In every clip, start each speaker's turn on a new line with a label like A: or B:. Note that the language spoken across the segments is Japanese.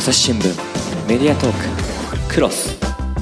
A: 朝日新聞メディアトーククロス。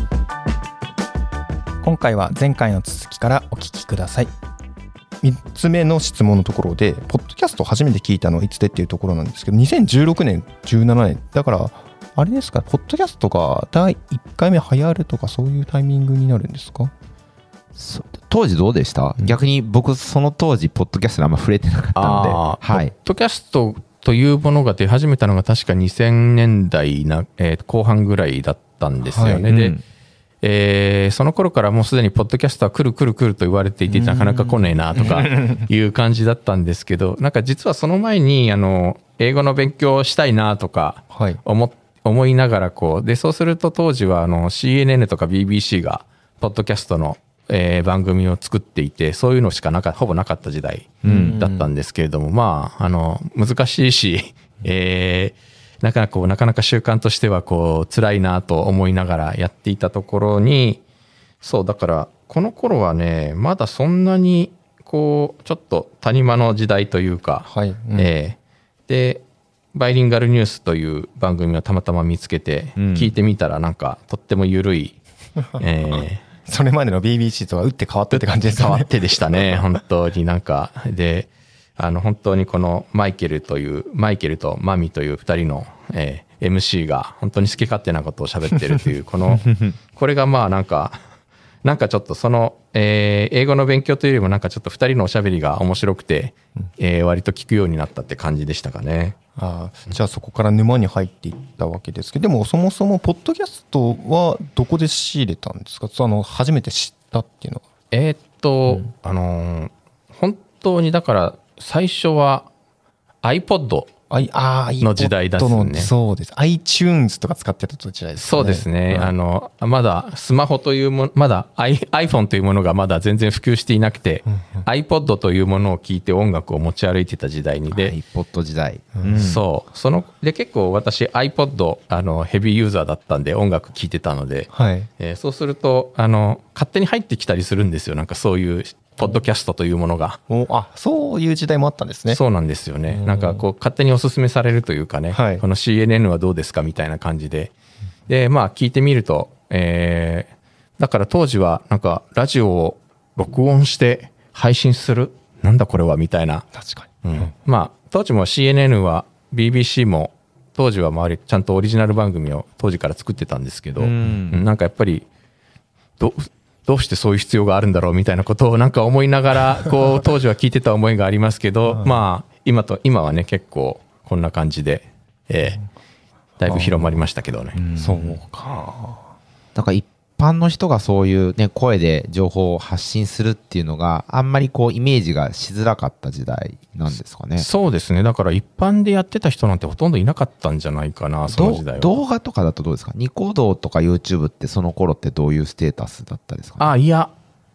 B: 今回は前回の続きからお聞きください。3つ目の質問のところで、ポッドキャストを初めて聞いたのはいつでっていうところなんですけど、2016年17年だからあれですか、ポッドキャストが第1回目流行るとかそういうタイミングになるんですか？
C: 当時どうでした？逆に僕その当時ポッドキャストにあんま触れてなかったので、
D: はい、ポッドキャストというものが出始めたのが確か2000年代後半ぐらいだったんですよね、はい。で、その頃からもうすでにポッドキャストは来ると言われていて、なかなか来ねえなとかいう感じだったんですけど、なんか実はその前に英語の勉強をしたいなとか思いながらで、そうすると当時はCNN とか BBC がポッドキャストの番組を作っていて、そういうのしかほぼなかった時代だったんですけれども、まあ難しいし、なかなか習慣としては辛いなと思いながらやっていたところに、そうだからこの頃はね、まだそんなにちょっと谷間の時代というか、はい、でバイリンガルニュースという番組をたまたま見つけて聞いてみたら、なんかとっても緩い、
B: それまでの BBC とは打って変わってって感じですね。
D: 変わってでしたね、本当に。なんかで本当にこのマイケルとマミという2人の、MC が本当に好き勝手なことを喋ってるというこれがまあなんかちょっと英語の勉強というよりもなんかちょっと2人のおしゃべりが面白くて、割と聞くようになったって感じでしたかね。
B: じゃあそこから沼に入っていったわけですけど、でもそもそもポッドキャストはどこで仕入れたんですか？初めて知ったっていうの
D: は。本当にだから最初は iPod の時代だったね。
B: そうです。iTunes とか使ってた時代ですね。
D: そうですね。まだスマホというもの、まだ iPhone というものがまだ全然普及していなくて、iPod というものを聞いて音楽を持ち歩いてた時代にで、
C: iPod 時代。
D: そう。で結構私 iPod ヘビーユーザーだったんで音楽聴いてたので、はい。そうすると勝手に入ってきたりするんですよ。なんかそういうポッドキャストというものが。
B: そういう時代もあったんですね。
D: そうなんですよね。なんか勝手におすすめされるというかね、はい、この CNN はどうですかみたいな感じで、まあ聞いてみると、だから当時はなんかラジオを録音して配信する、なんだこれはみたいな。
B: 確かに。
D: まあ当時も CNN は BBC も当時はちゃんとオリジナル番組を当時から作ってたんですけど、なんかやっぱりどうしてそういう必要があるんだろうみたいなことをなんか思いながら当時は聞いてた思いがありますけど、まあ今はね結構こんな感じで、だいぶ広まりましたけどね。
B: そうか。
C: なんか一般の人がそういうね声で情報を発信するっていうのがあんまりイメージがしづらかった時代なんですかね。
D: そうですね。だから一般でやってた人なんてほとんどいなかったんじゃないかな、その時代は。
C: 動画とかだとどうですか？ニコ動とか YouTube ってその頃ってどういうステータスだったですかね？
D: いや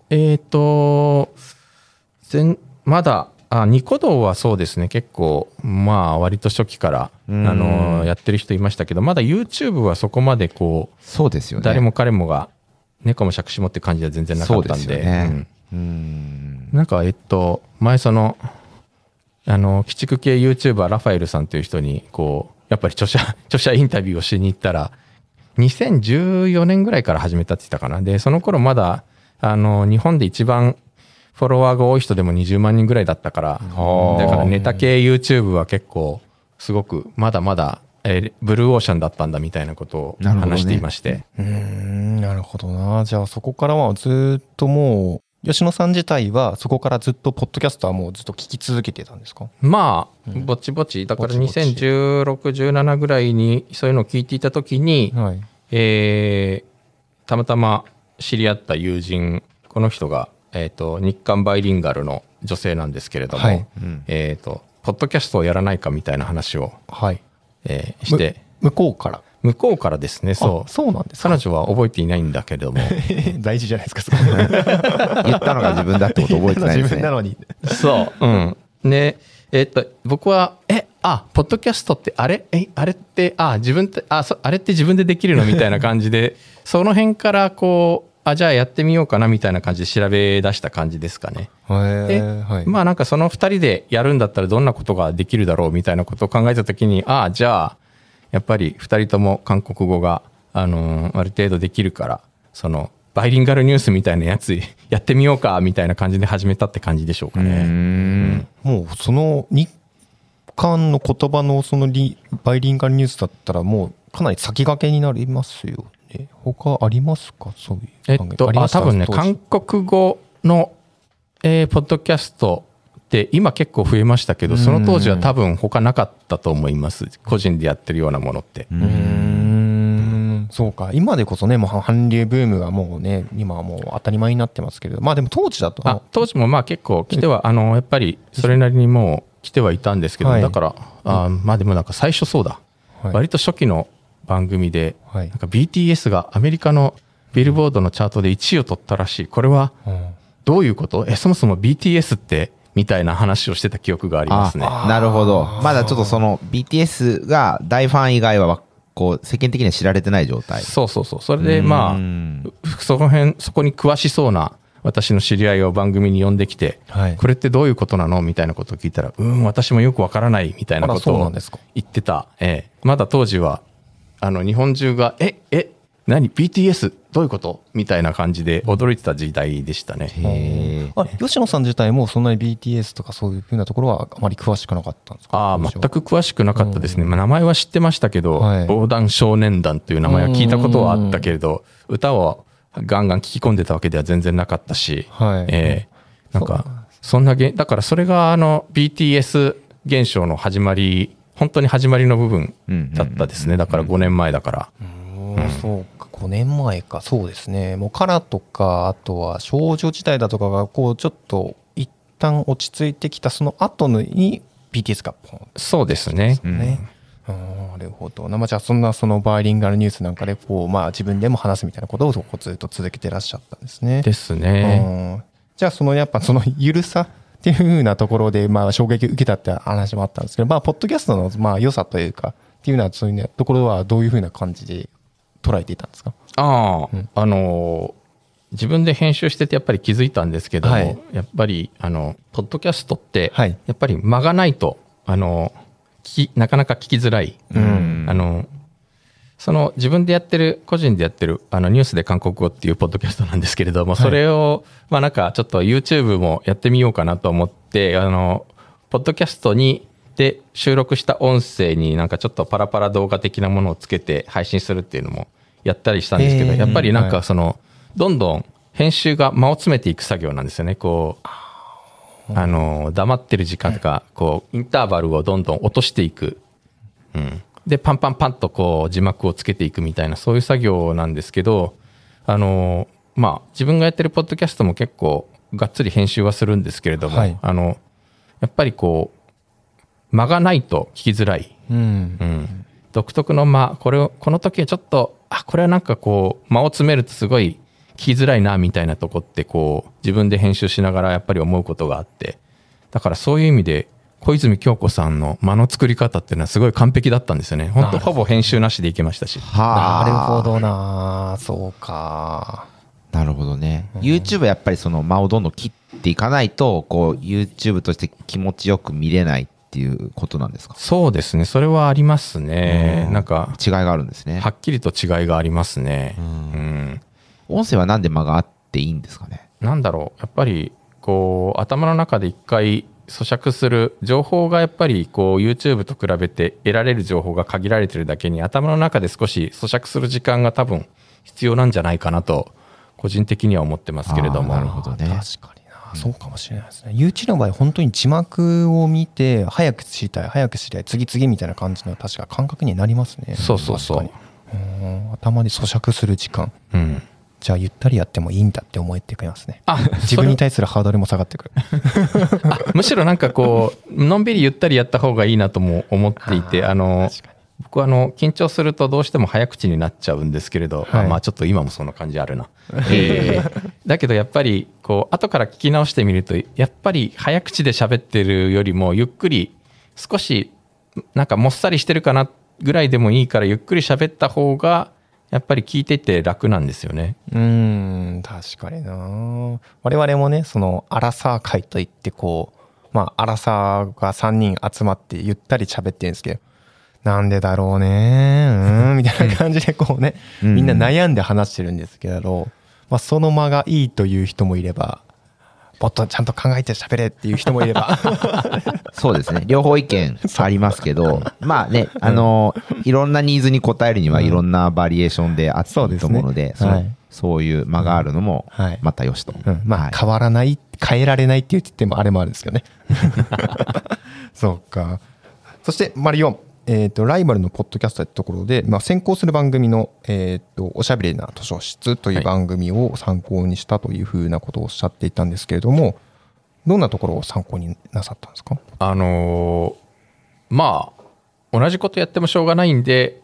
D: まだニコ動はそうですね、結構まあ割と初期からやってる人いましたけど、まだ YouTube はそこまで
C: そうですよね、
D: 誰も彼もが猫も杓子もって感じは全然なかったんで、なんか前鬼畜系 YouTuber ラファエルさんという人にやっぱり著者インタビューをしに行ったら、2014年ぐらいから始めたって言ったかな。でその頃まだ日本で一番フォロワーが多い人でも20万人ぐらいだったから、だからネタ系 YouTube は結構すごくまだまだブルーオーシャンだったんだみたいなことを話していまして。
B: なるほどな。じゃあそこからはずっともう吉野さん自体はそこからずっとポッドキャストはもうずっと聞き続けてたんですか？
D: まあぼちぼちだから2016、17ぐらいにそういうのを聞いていた時に、はい、たまたま知り合った友人、この人が日韓バイリンガルの女性なんですけれども、はい、ポッドキャストをやらないかみたいな話を、はいして
B: 向こうから
D: ですね。
B: そうなんですか。
D: 彼女は覚えていないんだけれども
B: 大事じゃないですか。
C: 言ったのが自分だってこと覚えてないですね。
B: 自分なのに。
D: そう。ね、僕はポッドキャストってあれって自分ってあれって自分でできるのみたいな感じでその辺からじゃあやってみようかなみたいな感じで調べ出した感じですかね。で、はい、まあなんかその2人でやるんだったらどんなことができるだろうみたいなことを考えたときにじゃあやっぱり2人とも韓国語が、ある程度できるから、そのバイリンガルニュースみたいなやつやってみようかみたいな感じで始めたって感じでしょうかね。
B: もうその日韓の言葉のそのバイリンガルニュースだったらもうかなり先駆けになりますよね。他ありますか、そういう番組。
D: 多分ね、韓国語の、ポッドキャストって今結構増えましたけど、その当時は多分他なかったと思います。個人でやってるようなものって。
B: そうか。今でこそね、もう韓流ブームがもうね、今はもう当たり前になってますけれど、まあでも当時だと。
D: 当時もまあ結構来ては、やっぱりそれなりにもう来てはいたんですけど、
B: はい、
D: だから、まあでもなんか最初そうだ。はい、割と初期の番組で、なんか BTS がアメリカのビルボードのチャートで1位を取ったらしい。これはどういうこと？そもそも BTS ってみたいな話をしてた記憶がありますね。
C: なるほど。まだちょっとその BTS が大ファン以外はこう世間的には知られてない状態。
D: そう。それでまあそこに詳しそうな私の知り合いを番組に呼んできて、これってどういうことなのみたいなことを聞いたら、私もよくわからないみたいなことを言ってた。まだ当時は日本中が何 BTS どういうことみたいな感じで驚いてた時代でしたね。
B: 吉野さん自体もそんなに BTS とかそういうふうなところはあまり詳しくなかったんですか？
D: 全く詳しくなかったですね。名前は知ってましたけど、防弾少年団という名前は聞いたことはあったけれど、歌をガンガン聞き込んでたわけでは全然なかったし、なんかそんなだからそれがBTS 現象の始まり、本当に始まりの部分だったですね。だから5年前だから。
B: そうか、5年前か。そうですね。もうカラとか、あとは少女時代だとかがこうちょっと一旦落ち着いてきたその後に BTS がポン。
D: そうですね。
B: なるほど。じゃあそのバイリンガルニュースなんかでこう、まあ自分でも話すみたいなことをずっと続けてらっしゃったんですね。
D: ですね。
B: じゃあやっぱそのゆるさっていう風なところでまあ衝撃を受けたって話もあったんですけど、まあポッドキャストのまあ良さというかっていうのはそういうところはどういう風な感じで捉えていたんですか？
D: 自分で編集しててやっぱり気づいたんですけども、やっぱりポッドキャストってやっぱり間がないとなかなか聞きづらい。その自分でやってる個人でやってるニュースで韓国語っていうポッドキャストなんですけれども、それをまあなんかちょっと YouTube もやってみようかなと思ってポッドキャストで収録した音声になんかちょっとパラパラ動画的なものをつけて配信するっていうのもやったりしたんですけど、やっぱりなんかどんどん編集が間を詰めていく作業なんですよね。こう黙ってる時間とかこうインターバルをどんどん落としていく、でパンパンパンとこう字幕をつけていくみたいなそういう作業なんですけど、まあ自分がやってるポッドキャストも結構がっつり編集はするんですけれども、やっぱりこう間がないと聞きづらい、独特の間、この時はちょっとこれはなんかこう間を詰めるとすごい聞きづらいなみたいなとこってこう自分で編集しながらやっぱり思うことがあって、だからそういう意味で小泉京子さんの間の作り方っていうのはすごい完璧だったんですよね。本当ほぼ編集なしでいけましたし。
B: なるほどな。そうか。
C: なるほどね。YouTube はやっぱりその間をどんどん切っていかないとこう YouTube として気持ちよく見れないっていうことなんですか？
D: そうですね。それはありますね。なんか
C: 違いがあるんですね。
D: はっきりと違いがありますね。
C: 音声はなんで間があっていいんですかね？
D: なんだろう。やっぱりこう頭の中で一回咀嚼する情報がやっぱりこう YouTube と比べて得られる情報が限られてるだけに頭の中で少し咀嚼する時間が多分必要なんじゃないかなと個人的には思ってますけれども。
C: なるほどね。
B: 確かにな、そうかもしれないですね。YouTube の場合本当に字幕を見て早く知りたい次々みたいな感じの確か感覚になりますね。
D: そう
B: 頭で咀嚼する時間、じゃあゆったりやってもいいんだって思えてきますね。自分に対するハードルも下がってくる。
D: むしろなんかこうのんびりゆったりやった方がいいなとも思っていて、僕は緊張するとどうしても早口になっちゃうんですけれど、まあちょっと今もそんな感じあるな。だけどやっぱりこう後から聞き直してみるとやっぱり早口で喋ってるよりもゆっくり少しなんかもっさりしてるかなぐらいでもいいからゆっくり喋った方がやっぱり聞いてて楽なんですよね。
B: 確かにな。我々もね、そのアラサー会といってこう、まあアラサーが3人集まってゆったり喋ってるんですけど、 なんでだろうねみたいな感じでこうね、みんな悩んで話してるんですけど、まあ、その間がいいという人もいれば、もっとちゃんと考えて喋れっていう人もいれば
C: そうですね。両方意見ありますけど、まあね、いろんなニーズに応えるにはいろんなバリエーションであっていいと思うので、そういう間があるのもまたよしと。
B: まあ変わらない、変えられないって言ってもあれもあるんですけどね。そうか。そして丸4。ライバルのポッドキャストというところで、まあ、先行する番組の、おしゃべりな図書室という番組を参考にしたというふうなことをおっしゃっていたんですけれども、どんなところを参考になさったんですか？
D: まあ同じことやってもしょうがないんで、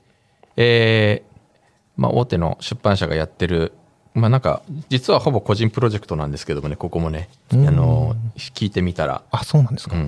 D: まあ、大手の出版社がやってる、まあ、なんか実はほぼ個人プロジェクトなんですけどもね、ここもね、聞いてみたら、
B: あ、そうなんですか。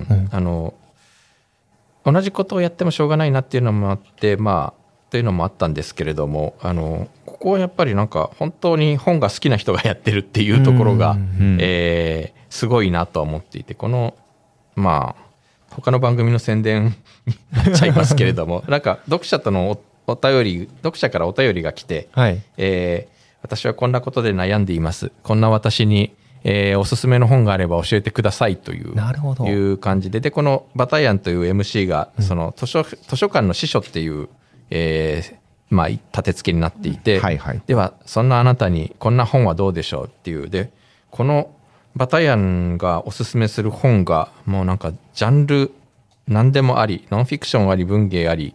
D: 同じことをやってもしょうがないなっていうのもあって、まあというのもあったんですけれども、ここはやっぱりなんか本当に本が好きな人がやってるっていうところが、すごいなとは思っていて、このまあ他の番組の宣伝になっちゃいますけれどもなんか読者からお便りが来て、私はこんなことで悩んでいます、こんな私におすすめの本があれば教えてくださいという感じで、このバタヤンという MC がその図書館の司書っていう、まあ立て付けになっていて、ではそんなあなたにこんな本はどうでしょうっていうで、このバタヤンがおすすめする本がもうなんかジャンル何でもあり、ノンフィクションあり、文芸あり、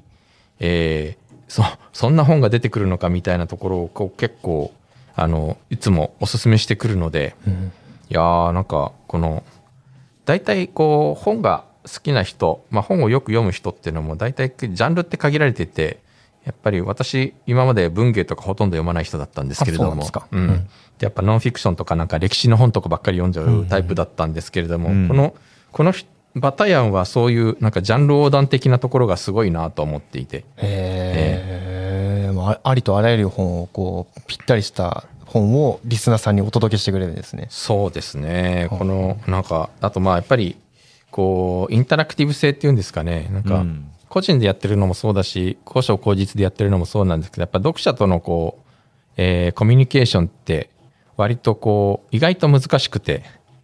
D: そんな本が出てくるのかみたいなところをこう結構いつもおすすめしてくるので、いやーなんかこの大体こう本が好きな人、まあ、本をよく読む人っていうのも大体ジャンルって限られてて、やっぱり私今まで文芸とかほとんど読まない人だったんですけれども、やっぱノンフィクションとかなんか歴史の本とかばっかり読んじゃうタイプだったんですけれども、このバタヤンはそういうなんかジャンル横断的なところがすごいなと思っていて、
B: ありとあらゆる本をこうぴったりした本をリスナーさんにお届けしてくれるんですね。
D: そうですね。このなんかあとまあやっぱりこうインタラクティブ性っていうんですかね、なんか個人でやってるのもそうだし、高所高実でやってるのもそうなんですけど、やっぱ読者とのこう、コミュニケーションって割とこう意外と難しくて、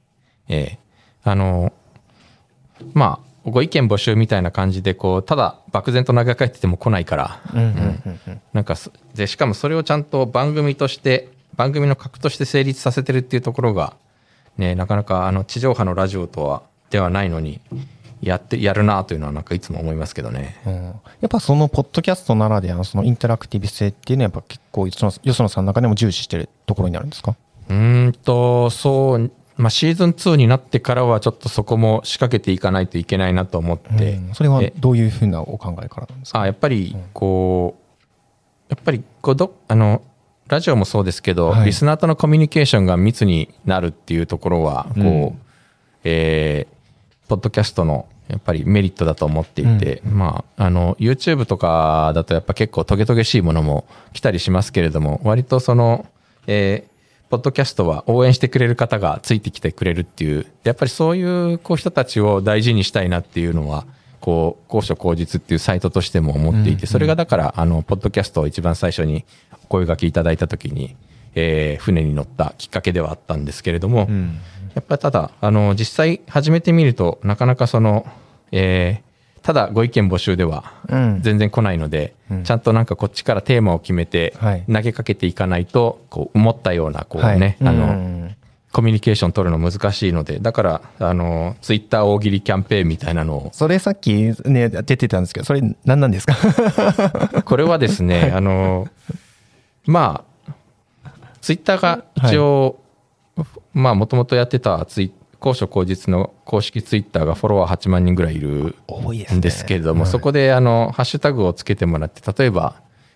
D: まあご意見募集みたいな感じでこうただ漠然と投げかけてても来ないから、なんかでしかもそれをちゃんと番組として番組の核として成立させてるっていうところがね、なかなか地上波のラジオとはではないのにやるなというのはなんかいつも思いますけどね。
B: やっぱそのポッドキャストならではのそのインタラクティブ性っていうのはやっぱ結構よそのさんの中でも重視してるところになるんですか？
D: そう、まあ、シーズン2になってからはちょっとそこも仕掛けていかないといけないなと思って、
B: それはどういうふうなお考えからなんですか？
D: やっぱりこうラジオもそうですけど、リスナーとのコミュニケーションが密になるっていうところはこう、ポッドキャストのやっぱりメリットだと思っていて、まあYouTube とかだとやっぱ結構トゲトゲしいものも来たりしますけれども、割とそのポッドキャストは応援してくれる方がついてきてくれるっていう、やっぱりそういう人たちを大事にしたいなっていうのはこう高所高実っていうサイトとしても思っていて、それがだからポッドキャストを一番最初にお声掛けいただいた時に、船に乗ったきっかけではあったんですけれども、やっぱりただ実際始めてみるとなかなかその、ただご意見募集では全然来ないので、ちゃんとなんかこっちからテーマを決めて投げかけていかないとこう思ったようなこうね、コミュニケーション取るの難しいので、だからツイッター大喜利キャンペーンみたいなのを、
B: それさっきね出てたんですけど、それ何なんですか？
D: これはですねまあツイッターが一応、まあもともとやってた高所高実の公式ツイッターがフォロワー8万人ぐらいいるんですけれども、そこでハッシュタグをつけてもらって、例えば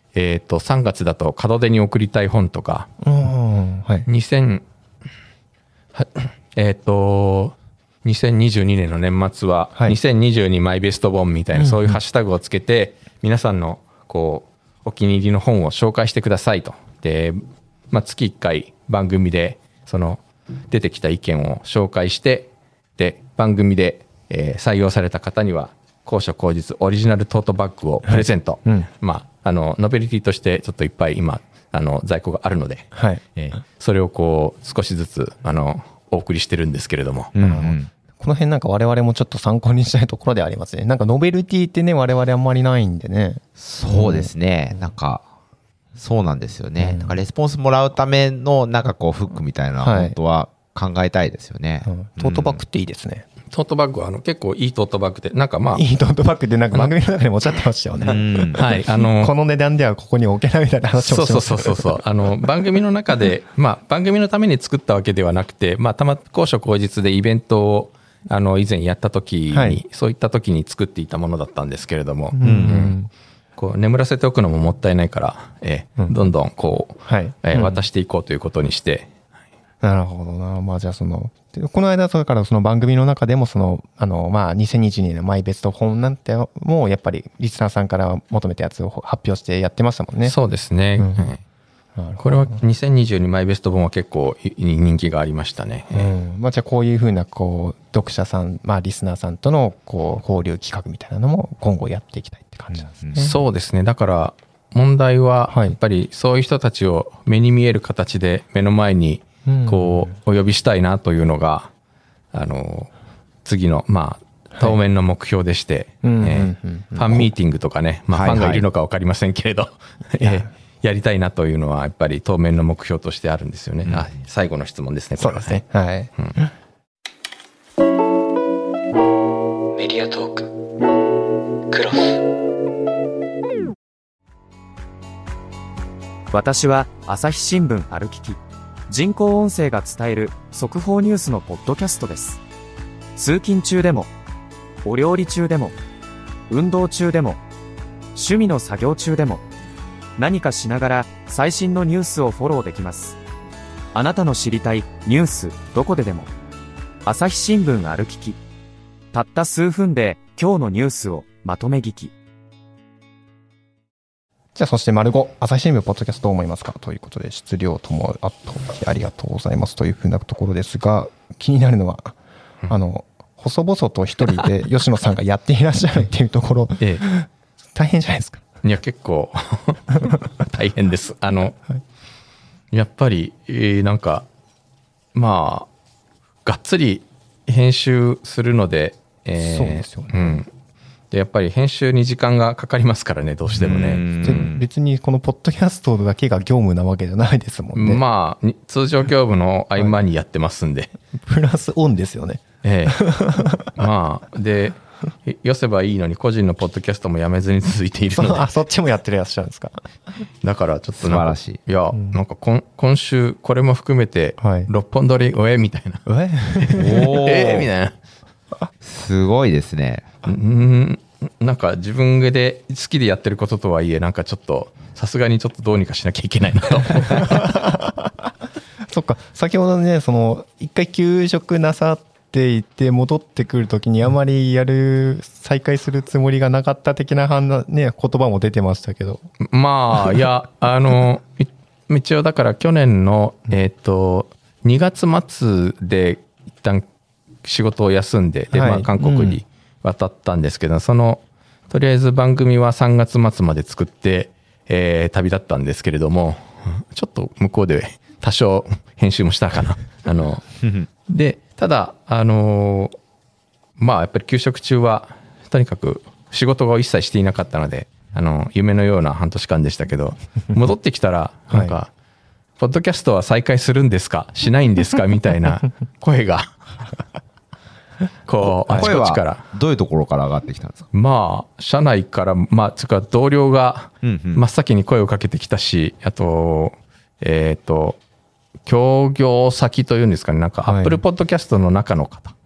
D: 3月だと門出に送りたい本とか、2022年の年末は2022マイベスト本みたいな、そういうハッシュタグをつけて皆さんのこうお気に入りの本を紹介してくださいと。で、まあ、月1回番組でその出てきた意見を紹介して、で番組で採用された方には高所高実オリジナルトートバッグをプレゼント、まあノベリティとしてちょっといっぱい今在庫があるので、それをこう少しずつお送りしてるんですけれども、
B: この辺なんか我々もちょっと参考にしたいところでありますね。なんかノベルティってね、我々あんまりないんでね。
C: そうですね。なんかそうなんですよね。なんかレスポンスもらうためのなんかこうフックみたいな本当は考えたいですよね。
B: トートバッグっていいですね。
D: トートバッグは結構いいトートバッグで、なんかまあ。
B: いいトートバッグでなんか番組の中でもおっしゃってましたよね。
D: はい。
B: この値段ではここに置けないみたいな話をしてました。
D: そう。番組の中で、まあ番組のために作ったわけではなくて、まあ高所高実でイベントを以前やった時に、そういった時に作っていたものだったんですけれども、こう眠らせておくのももったいないから、どんどんこう、渡していこうということにして、
B: なるほどな。まあじゃあこの間それからその番組の中でもまあ2022年のマイベスト本なんてもやっぱりリスナーさんから求めたやつを発表してやってましたもんね。
D: そうですね。これは2022マイベスト本は結構人気がありましたね。
B: まあじゃあこういうふうなこう読者さん、まあリスナーさんとのこう交流企画みたいなのも今後やっていきたいって感じなんですね。
D: そうですね。だから問題はやっぱりそういう人たちを目に見える形で目の前にこうお呼びしたいなというのが次のまあ当面の目標でして、ファンミーティングとかね、まあファンがいるのか分かりませんけれど、やりたいなというのはやっぱり当面の目標としてあるんですよね。最後の質問ですね。
B: そうですね。はい。
A: メディアトーククロス。
E: 私は朝日新聞ある聞き。人工音声が伝える速報ニュースのポッドキャストです。通勤中でも、お料理中でも、運動中でも、趣味の作業中でも、何かしながら最新のニュースをフォローできます。あなたの知りたいニュースどこででも。朝日新聞ある聞き。たった数分で今日のニュースをまとめ聞き。
B: じゃあそして丸5朝日新聞ポッドキャストどう思いますかということで質量ともありがとうございますというふうなところですが、気になるのは細々と一人で吉野さんがやっていらっしゃるっていうところ、大変じゃないですか。
D: いや結構大変です。やっぱりなんかまあがっつり編集するので、
B: そうですよね。
D: でやっぱり編集に時間がかかりますからね、どうしてもね。
B: 別にこのポッドキャストだけが業務なわけじゃないですもんね。
D: まあ通常業務の合間にやってますんで、
B: プラスオンですよね。
D: まあでよせばいいのに個人のポッドキャストもやめずに続いているので
B: そっちもやってらっしゃるんですか。
D: だからちょっと
C: 素晴らしい。
D: いや、なんか今週これも含めて6本撮りみたいなみたいな
C: すごいですね。
D: なんか自分で好きでやってることとはいえ、なんかちょっとさすがにちょっとどうにかしなきゃいけないなと
B: そっか、先ほどね一回休職なさっていて戻ってくるときにあまり再開するつもりがなかった的な言葉も出てましたけど、
D: まあいや一応だから去年の2月末で一旦仕事を休んで、まあ韓国に渡ったんですけど、とりあえず番組は3月末まで作って、旅立ったんですけれども、ちょっと向こうで多少編集もしたかな。でただまあやっぱり休職中はとにかく仕事を一切していなかったので、夢のような半年間でしたけど、戻ってきたらなんか、ポッドキャストは再開するんですかしないんですかみたいな声がこうあちこちから
C: どういうところから上がってきたんですか。
B: ま
D: あ社内からつうか同僚が真っ先に声をかけてきたし、あと協業先というんですかね、なんかアップルポッドキャストの中の方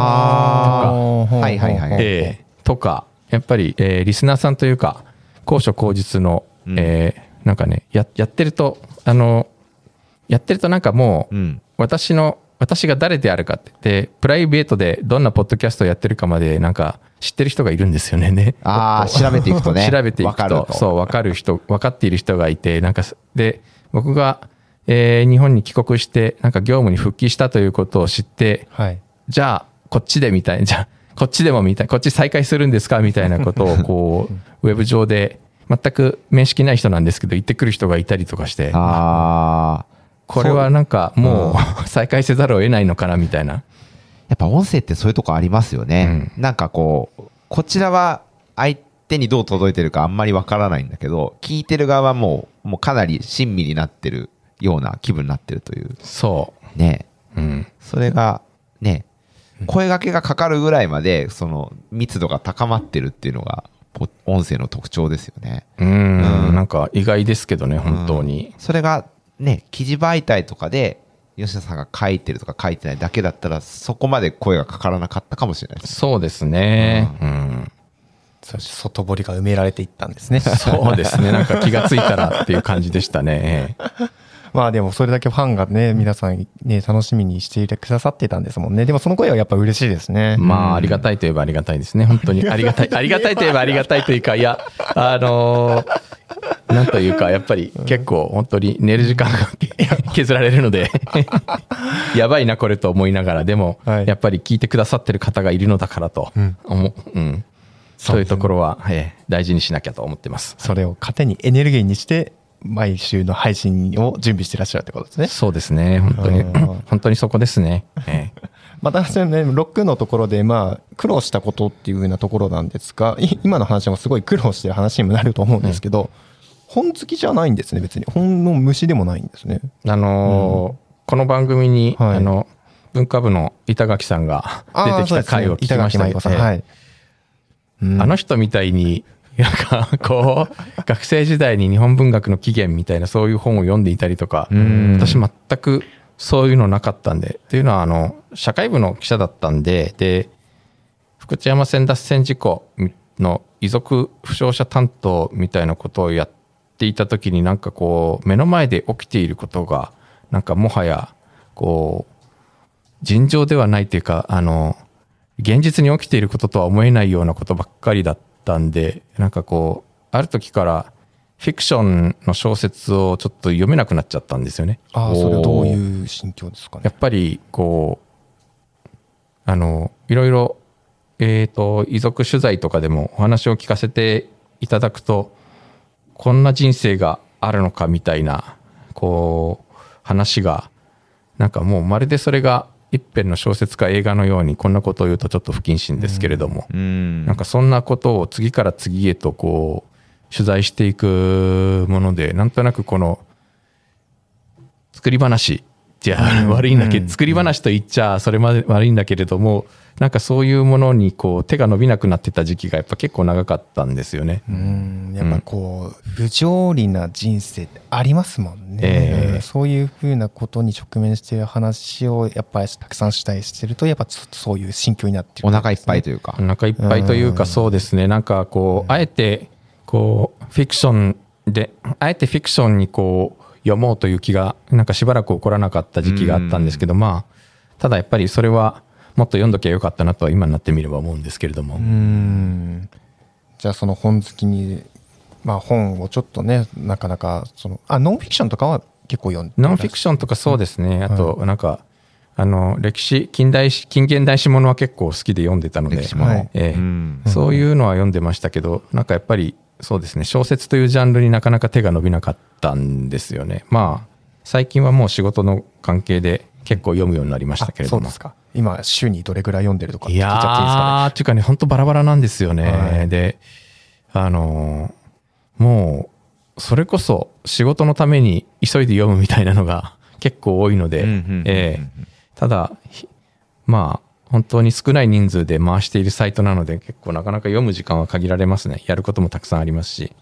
D: とかやっぱりリスナーさんというか高所高実のなんかねやってるとなんかもう私が誰であるかってプライベートでどんなポッドキャストをやってるかまでなんか知ってる人がいるんですよね。
C: 調べていくとね。
D: 調べていくとそう分かっている人がいて、なんかで僕が日本に帰国してなんか業務に復帰したということを知って、じゃあこっちでみたいな、じゃあこっちでもこっち再開するんですかみたいなことをこうウェブ上で全く面識ない人なんですけど言ってくる人がいたりとかして、これはなんかもう再開せざるを得ないのかなみたいな。
C: やっぱ音声ってそういうとこありますよね。なんかこちらは相手にどう届いてるかあんまりわからないんだけど、聞いてる側はもうかなり親身になってるような気分になってるという。
D: そう
C: ね、それがね、声掛けがかかるぐらいまでその密度が高まってるっていうのが音声の特徴ですよね。
D: なんか意外ですけどね、本当に。
C: それがね、記事媒体とかで吉田さんが書いてるとか書いてないだけだったらそこまで声がかからなかったかもしれないです。
D: そうですね。
B: 外堀が埋められていったんですね。
D: そうですね。なんか気がついたらっていう感じでしたね。
B: まあでもそれだけファンがね、皆さんね、楽しみにしていてくださってたんですもんね。でもその声はやっぱ嬉しいですね。
D: まあありがたいといえばありがたいですね。本当にありがたい。ありがたいといえばありがたいというか、いや、なんというか、やっぱり結構本当に寝る時間が削られるので、やばいなこれと思いながら、でもやっぱり聞いてくださってる方がいるのだからとそういうところは大事にしなきゃと思ってます。
B: それを糧にエネルギーにして、毎週の配信を準備してらっしゃるってことですね。
D: そうですね。本当にそこですね。
B: またね、ロックのところで、まあ、苦労したことっていう風なところなんですが、今の話もすごい苦労してる話にもなると思うんですけど、本好きじゃないんですね、別に。本の虫でもないんですね。
D: この番組に、文化部の板垣さんが出てきた回を聞きましたけど、あの人みたいに、なんかこう学生時代に日本文学の起源みたいなそういう本を読んでいたりとか、私全くそういうのなかったんで、っていうのは社会部の記者だったんで、福知山線脱線事故の遺族負傷者担当みたいなことをやっていた時に、なんかこう目の前で起きていることがなんかもはやこう尋常ではないというか、現実に起きていることとは思えないようなことばっかりだったんで、なんかこうある時からフィクションの小説をちょっと読めなくなっちゃったんですよね。
B: それはどういう心境ですかね。
D: やっぱりこういろいろ遺族取材とかでもお話を聞かせていただくと、こんな人生があるのかみたいなこう話が、なんかもうまるでそれが一編の小説か映画のように、こんなことを言うとちょっと不謹慎ですけれども、なんかそんなことを次から次へとこう取材していくもので、なんとなくこの作り話じゃ悪いんだけど、作り話と言っちゃそれまで悪いんだけれども、なんかそういうものにこう手が伸びなくなってた時期がやっぱ結構長かったんですよね。
B: やっぱこう不条理な人生ってありますもんね。そういうふうなことに直面している話をやっぱりたくさんしたりしてると、やっぱちょっとそういう心境になってる、
C: お腹いっぱいというか、
D: お腹いっぱいというか、そうですね。なんかこうあえてこうフィクションであえてフィクションにこう読もうという気がなんかしばらく起こらなかった時期があったんですけど、まあただやっぱりそれはもっと読んどきゃよかったなとは今になってみれば思うんですけれども。
B: じゃあその本好きに、まあ、本をちょっとね、なかなかノンフィクションとかは結構読んで
D: ノンフィクションとかそうですね。あとなんか歴史近現代史ものは結構好きで読んでたので、そういうのは読んでましたけど、なんかやっぱりそうですね、小説というジャンルになかなか手が伸びなかったんですよね。まあ最近はもう仕事の関係で結構読むようになりましたけれども。
B: そうですか。今週にどれぐらい読んでるとか聞い
D: ち
B: ちゃっていいですかね。
D: っていうかね、本当バラバラなんですよね。でもうそれこそ仕事のために急いで読むみたいなのが結構多いので、ただまあ本当に少ない人数で回しているサイトなので、結構なかなか読む時間は限られますね。やることもたくさんありますし。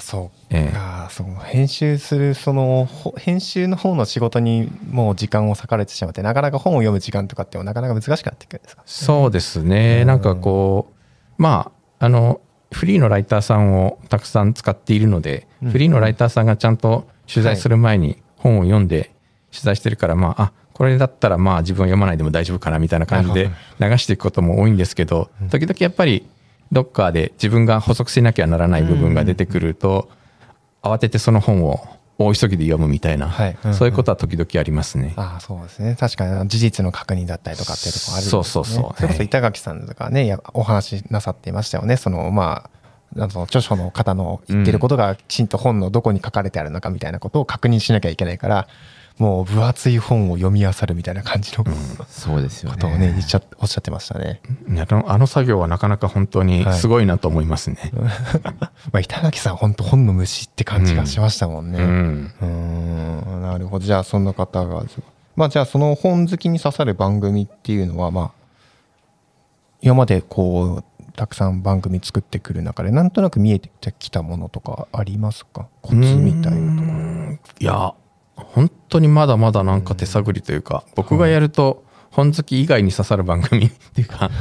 B: 編集する編集の方の仕事にもう時間を割かれてしまって、なかなか本を読む時間とかってもなかなか難しくなってくるんですか。
D: そうですね。なんかこうまあフリーのライターさんをたくさん使っているので、フリーのライターさんがちゃんと取材する前に本を読んで取材してるから、まあこれだったらまあ自分は読まないでも大丈夫かなみたいな感じで流していくことも多いんですけど、時々やっぱりどっかで自分が補足しなきゃならない部分が出てくると、慌ててその本を大急ぎで読むみたいな、そういうことは時々ありますね。
B: そうですね。確かに事実の確認だったりとかっていうところあるんですね。
D: そう。
B: それこそ板垣さんとかね、お話しなさっていましたよね。著書の方の言ってることがきちんと本のどこに書かれてあるのかみたいなことを確認しなきゃいけないから、もう分厚い本を読み漁るみたいな感じの、
C: そうですよね。
B: ことをねおっしゃってましたね。
D: あの作業はなかなか本当にすごいなと思いますね。
B: 板垣さん本当本の虫って感じがしましたもんね。なるほど。じゃあそんな方が、じゃあその本好きに刺さる番組っていうのは今までこうたくさん番組作ってくる中でなんとなく見えてきたものとかありますか？コツみたいなところ。
D: いや本当にまだまだなんか手探りというか、僕がやると本好き以外に刺さる番組っていうか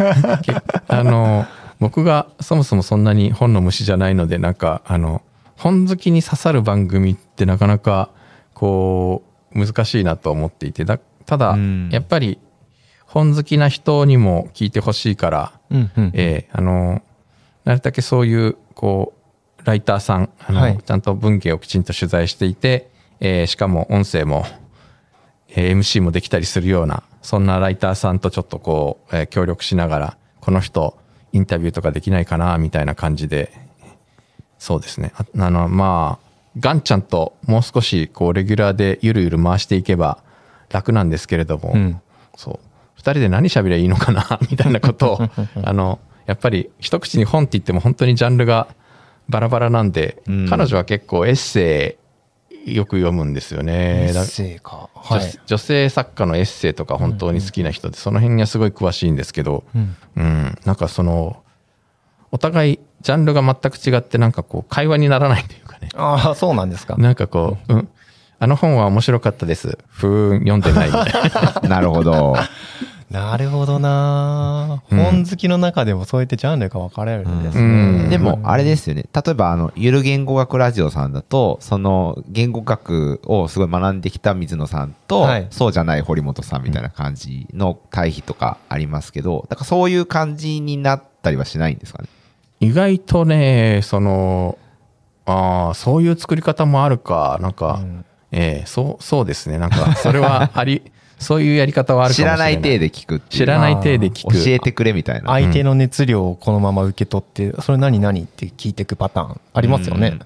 D: 僕がそもそもそんなに本の虫じゃないので、なんか本好きに刺さる番組ってなかなかこう難しいなと思っていて、ただやっぱり本好きな人にも聞いてほしいから、なるだけそういうこうライターさんちゃんと文芸をきちんと取材していて、しかも音声も、MC もできたりするような、そんなライターさんとちょっとこう、協力しながらこの人インタビューとかできないかなみたいな感じで、そうですね。ガンちゃんともう少しこうレギュラーでゆるゆる回していけば楽なんですけれども、そう2人で何喋りゃいいのかなみたいなことをやっぱり一口に本って言っても本当にジャンルがバラバラなんで、彼女は結構エッセイよく読むんですよね。
B: エッセイか、
D: 女性作家のエッセイとか本当に好きな人で、その辺にはすごい詳しいんですけど、なんかお互いジャンルが全く違って、なんかこう会話にならないというかね。
B: そうなんですか。
D: なんかこう、あの本は面白かったです。読んでないみたいな。
C: なるほど。
B: なるほどな。本好きの中でもそうやってジャンルが分かれるんですね。
C: でもあれですよね。例えばゆる言語学ラジオさんだと、その言語学をすごい学んできた水野さんと、そうじゃない堀本さんみたいな感じの対比とかありますけど、だからそういう感じになったりはしないんですかね。
D: 意外とね、そういう作り方もあるか、なんか、そうですね。なんかそれはそういうやり方はあるかもしれない。知らない
C: 体で聞くっていう。
D: 知らない体で聞く。
C: 教えてくれみたいな。
B: 相手の熱量をこのまま受け取って、それ何って聞いていくパターンありますよね。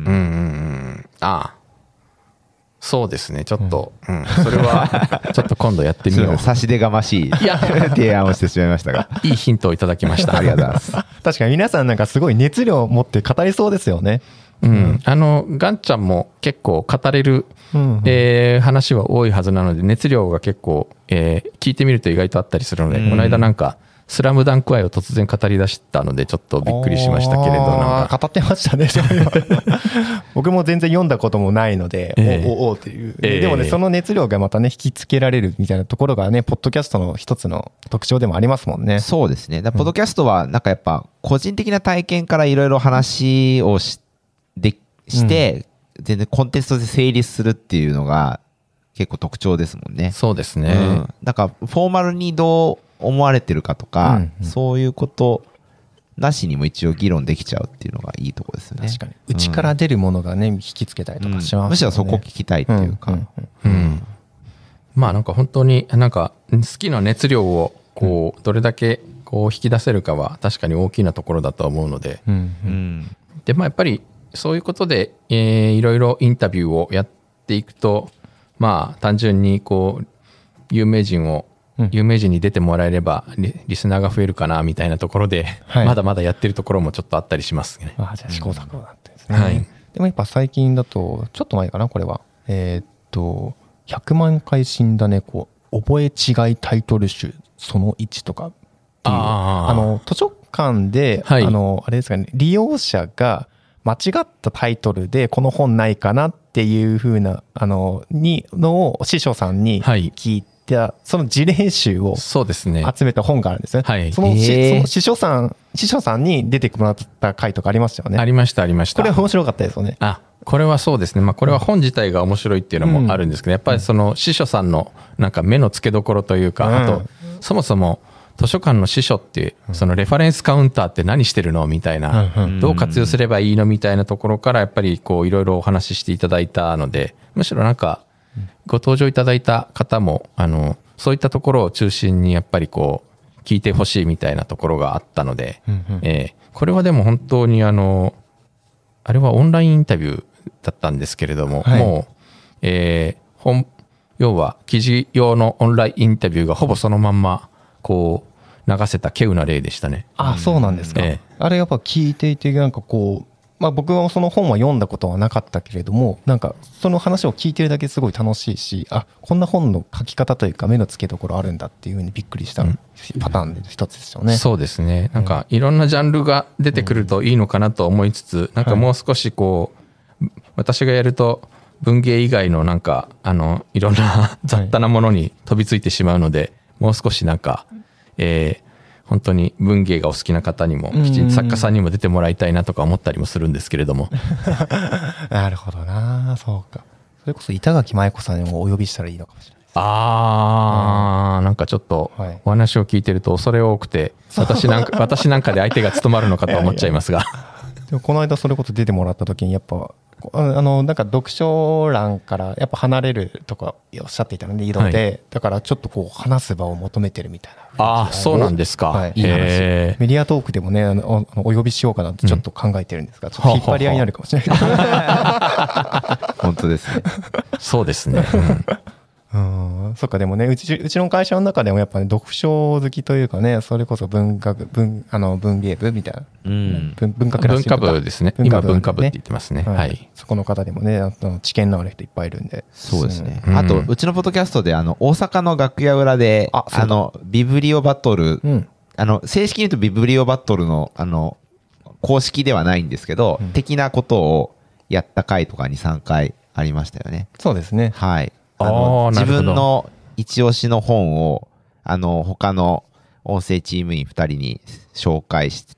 D: そうですね。ちょっと、それはちょっと今度やってみよう。
C: 差し出がましい提案をしてしまいましたが。
D: いいヒントをいただきました。
C: ありがとうございます。
B: 確かに皆さんなんかすごい熱量を持って語りそうですよね。
D: ガンちゃんも結構語れる、話は多いはずなので、熱量が結構、聞いてみると意外とあったりするので、この間なんかスラムダンク愛を突然語り出したのでちょっとびっくりしましたけれど、なんか
B: 語ってましたね。僕も全然読んだこともないので、おっていう、でもね、その熱量がまたね引きつけられるみたいなところがね、ポッドキャストの一つの特徴でもありますもんね。
C: そうですね。ポッドキャストはなんかやっぱ個人的な体験からいろいろ話をして、全然コンテンツとして成立するっていうのが結構特徴ですもんね。
D: そうですね。
C: だからフォーマルにどう思われてるかとか、そういうことなしにも一応議論できちゃうっていうのがいいところですよね。
B: 確かに内から出るものがね引きつけたりとかしますよね。
C: むしろそこ聞きたいっていうか、
D: なんか本当になんか好きな熱量をこうどれだけこう引き出せるかは確かに大きなところだと思うので、でやっぱりそういうことで、いろいろインタビューをやっていくと、単純にこう有名人に出てもらえればリスナーが増えるかなみたいなところで、まだまだやってるところもちょっとあったりしますね。
B: じゃあ試行錯誤だったですね。でもやっぱ最近だとちょっと前かな、これは100万回死んだ猫覚え違いタイトル集その1とかっていう図書館で、あれですかね、利用者が間違ったタイトルでこの本ないかなっていう風なのを司書さんに聞いた、その事例集を集めた本があるんですね。その司書さんに出てもらった回とかありましたよね。
D: ありました。こ
B: れ面白かったですよね。
D: これはそうですね。これは本自体が面白いっていうのもあるんですけど、やっぱりその司書さんのなんか目の付けどころというか、あとそもそも図書館の司書ってそのレファレンスカウンターって何してるのみたいな、どう活用すればいいのみたいなところからやっぱりこういろいろお話ししていただいたので、むしろなんかご登場いただいた方もそういったところを中心にやっぱりこう聞いてほしいみたいなところがあったので、これはでも本当にあれはオンラインインタビューだったんですけれども、もう要は記事用のオンラインインタビューがほぼそのまんまこう流せた稀有な例でしたね。
B: そうなんですか。あれやっぱ聞いていてなんかこう、僕はその本は読んだことはなかったけれども、なんかその話を聞いてるだけすごい楽しいし、こんな本の書き方というか目の付けどころあるんだっていうふうにびっくりしたパターンで一つですよね。
D: そうですね。なんかいろんなジャンルが出てくるといいのかなと思いつつ、なんかもう少しこう私がやると文芸以外のなんかいろんな雑多なものに飛びついてしまうので、もう少しなんか本当に文芸がお好きな方にもきちんと作家さんにも出てもらいたいなとか思ったりもするんですけれども。
B: なるほどな。そうか。それこそ板垣舞子さんにもお呼びしたらいいのかもしれない。
D: なんかちょっとお話を聞いてると恐れ多くて、私なんかで相手が務まるのかと思っちゃいますが。
B: でもこの間それこそ出てもらった時にやっぱなんか読書欄からやっぱ離れるとかおっしゃっていたので移動で、だからちょっとこう話す場を求めてるみたいな。
D: そうなんですか。
B: いい話。メディアトークでもねお呼びしようかなってちょっと考えてるんですが、ちょっと引っ張り合いになるかもしれない。
C: 本当ですね。
D: そうですね。
B: そっか。でもねうちの会社の中でもやっぱね読書好きというかね、それこそ文芸部みたいな、文化クラス
D: 文化部ですね。今文化部って言ってますね。はい。
B: そこの方でもね知見のある人いっぱいいるんで。
C: そうですね。あとうちのポッドキャストで大阪の楽屋裏でビブリオバトル、正式に言うとビブリオバトルの公式ではないんですけど、的なことをやった回とかに3回ありましたよね。
B: そうですね。
C: はい。自分の一押しの本を他の音声チーム員2人に紹介して、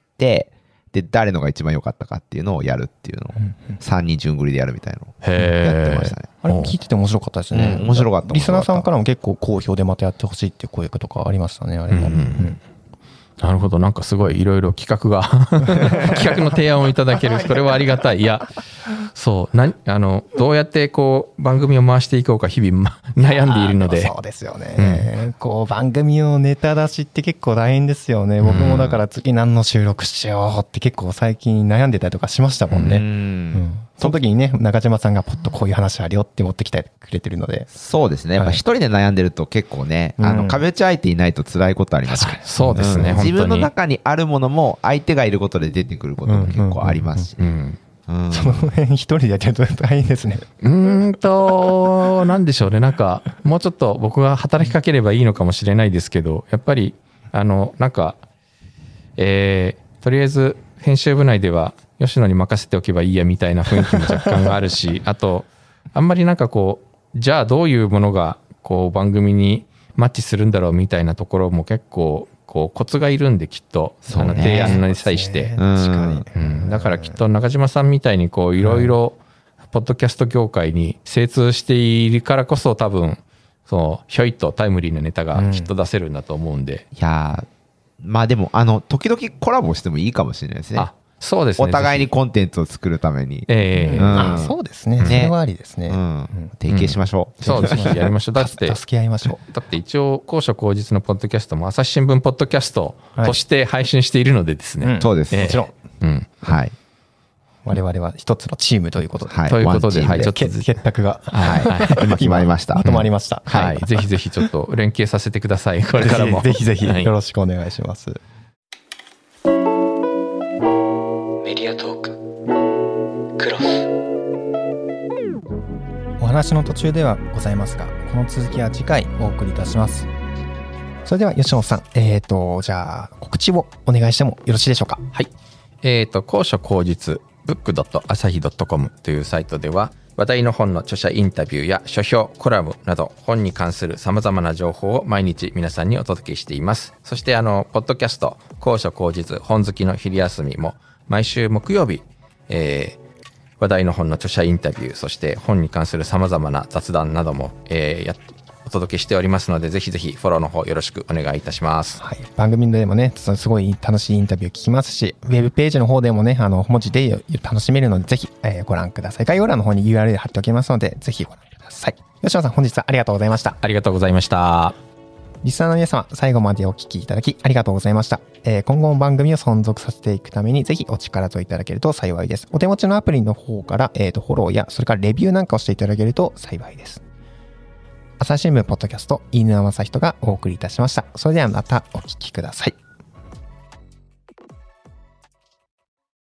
C: で誰のが一番良かったかっていうのをやるっていうのを3人順繰りでやるみたいなのをやってましたね。
B: あれ聞いてて面白かったですね。
C: 面白かった。
B: リスナーさんからも結構好評でまたやってほしいっていう声とかありましたね。あれも。
D: なるほど。なんかすごいいろいろ企画が企画の提案をいただける。これはありがたい。いや、そうどうやってこう番組を回していこうか日々悩んでいるので。
B: そうですよね。こう番組のネタ出しって結構大変ですよね。僕もだから次何の収録しようって結構最近悩んでたりとかしましたもんね。その時にね中島さんがポッとこういう話あるよって持ってきてくれてるので。
C: そうですね。やっぱ一人で悩んでると結構ね壁打ち相手いないと辛いことありますから。
D: そうですね。
C: 自分の中にあるものも相手がいることで出てくることも結構ありますし、
B: その辺一人でやってると大変ですね。
D: なんでしょうね。なんかもうちょっと僕が働きかければいいのかもしれないですけど、やっぱりなんかとりあえず編集部内では吉野に任せておけばいいやみたいな雰囲気も若干あるし、あとあんまりなんかこうじゃあどういうものがこう番組にマッチするんだろうみたいなところも結構こうコツがいるんで、きっと提案に際して、だからきっと中島さんみたいにこういろいろポッドキャスト業界に精通しているからこそ多分ひょいっとタイムリーなネタがきっと出せるんだと思うんで、
C: いやまあでも時々コラボしてもいいかもしれないですね。
D: そうですね。
C: お互いにコンテンツを作るために。
B: そうですね。それはありですね。
C: 提携しましょう。
D: そう、ぜひやりましょう。だって
B: 助け合いましょう。
D: だって一応高所高実のポッドキャストも朝日新聞ポッドキャストとして配信しているのでですね。
C: そうです。
B: もちろん。
C: はい。
B: 我々は一つのチームということで。
D: ということで、はい、ちょっと
B: 結託が
C: 今決まりました。
B: まとまりました。
D: はい。ぜひぜひちょっと連携させてください。これからも。
B: ぜひぜひよろしくお願いします。
A: メディアトーククロス。
B: お話の途中ではございますが、この続きは次回お送りいたします。それでは吉野さん、じゃあ告知をお願いしてもよろしいでしょうか。
D: はい。高所高実book.asahi.com というサイトでは話題の本の著者インタビューや書評、コラムなど本に関する様々な情報を毎日皆さんにお届けしています。そしてポッドキャスト高所高実本好きの昼休みも毎週木曜日、話題の本の著者インタビュー、そして本に関する様々な雑談なども、おお届けしておりますので、ぜひぜひフォローの方よろしくお願いいたします。
B: はい、番組でもね、すごい楽しいインタビュー聞きますし、ウェブページの方でもね、文字で楽しめるので、ぜひ、ご覧ください。概要欄の方に URL 貼っておきますので、ぜひご覧ください。吉野さん、本日はありがとうございました。
D: ありがとうございました。
B: リスナーの皆様、最後までお聞きいただきありがとうございました。今後も番組を存続させていくために、ぜひお力添えいただけると幸いです。お手持ちのアプリの方から、フォローや、それからレビューなんかをしていただけると幸いです。朝日新聞ポッドキャスト、飯沼正人がお送りいたしました。それではまたお聞きください。